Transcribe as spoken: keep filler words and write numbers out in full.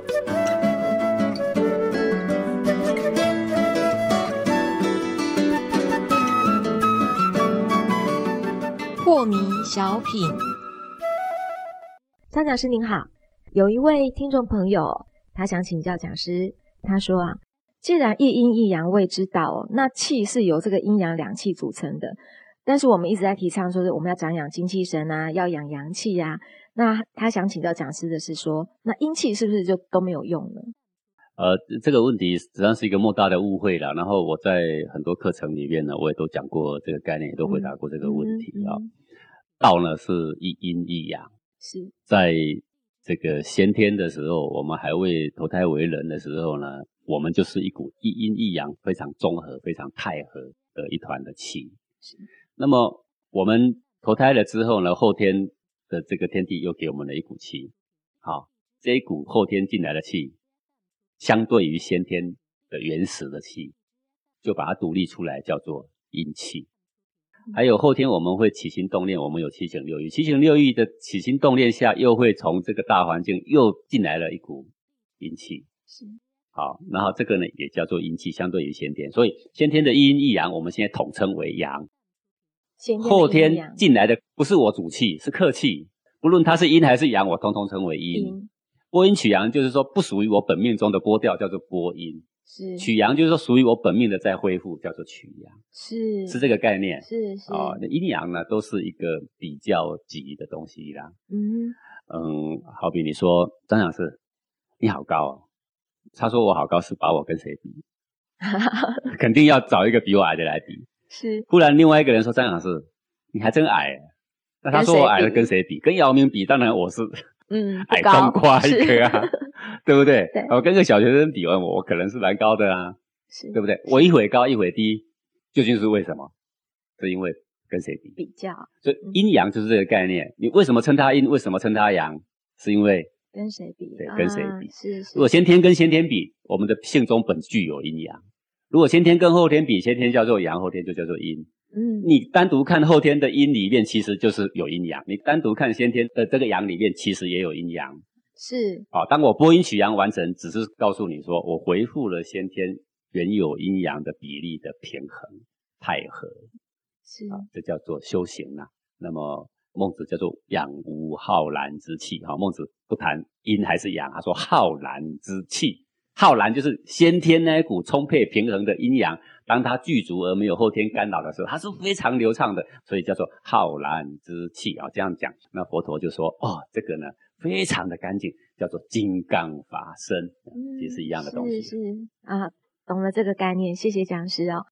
破迷小品，张讲师您好，有一位听众朋友，他想请教讲师，他说啊，既然一阴一阳谓之道，那气是由这个阴阳两气组成的，但是我们一直在提倡说是我们要长养精气神啊，要养阳气啊，那他想请教讲师的是说，那阴气是不是就都没有用呢？ 呃，这个问题实际上是一个莫大的误会啦。然后我在很多课程里面呢，我也都讲过这个概念，也都回答过这个问题啊。嗯嗯嗯、道呢是一阴一阳，是在这个先天的时候，我们还未投胎为人的时候呢，我们就是一股一阴一阳非常综合、非常泰和的一团的气。是。那么我们投胎了之后呢，后天的这个天地又给我们了一股气，好，这一股后天进来的气。相对于先天的原始的气，就把它独立出来叫做阴气。还有后天我们会起心动念，我们有七情六欲，七情六欲的起心动念下，又会从这个大环境又进来了一股阴气。是。好，然后这个呢也叫做阴气，相对于先天，所以先天的一阴一阳，我们现在统称为阳。 先天后天进来的不是我主气，是客气，不论它是阴还是阳，我统统称为阴。阴拨阴取阳就是说不属于我本命中的拨调叫做拨阴，是取阳就是说属于我本命的再恢复叫做取阳，是是这个概念，是是哦，阴阳呢都是一个比较级的东西啦。嗯嗯，好比你说张讲师你好高哦，他说我好高是把我跟谁比？肯定要找一个比我矮的来比。是，忽然另外一个人说张讲师你还真矮，那他说我矮了跟谁比？跟姚明比，当然我是。嗯，矮冬瓜一个啊，对不对？对，我跟个小学生比完，我我可能是蛮高的啊，是，对不对？我一会高一会低，究竟是为什么？是因为跟谁比？比较。所以阴阳就是这个概念。你为什么称它阴？为什么称它阳？是因为跟谁比？ 对，跟谁比？ 是是。 如果先天跟先天比，我们的性中本具有阴阳；如果先天跟后天比，先天叫做阳，后天就叫做阴。嗯，你单独看后天的阴里面，其实就是有阴阳；你单独看先天的这个阳里面，其实也有阴阳。是，好，当我拨阴取阳完成，只是告诉你说，我恢复了先天原有阴阳的比例的平衡、泰和。是，啊，这叫做修行啊。那么孟子叫做养无浩然之气，哈，孟子不谈阴还是阳，他说浩然之气。浩然就是先天那一股充沛平衡的阴阳，当它具足而没有后天干扰的时候，它是非常流畅的，所以叫做浩然之气啊。这样讲，那佛陀就说，哦，这个呢非常的干净，叫做金刚法身，嗯，也是一样的东西。 是是啊，懂了这个概念，谢谢讲师哦。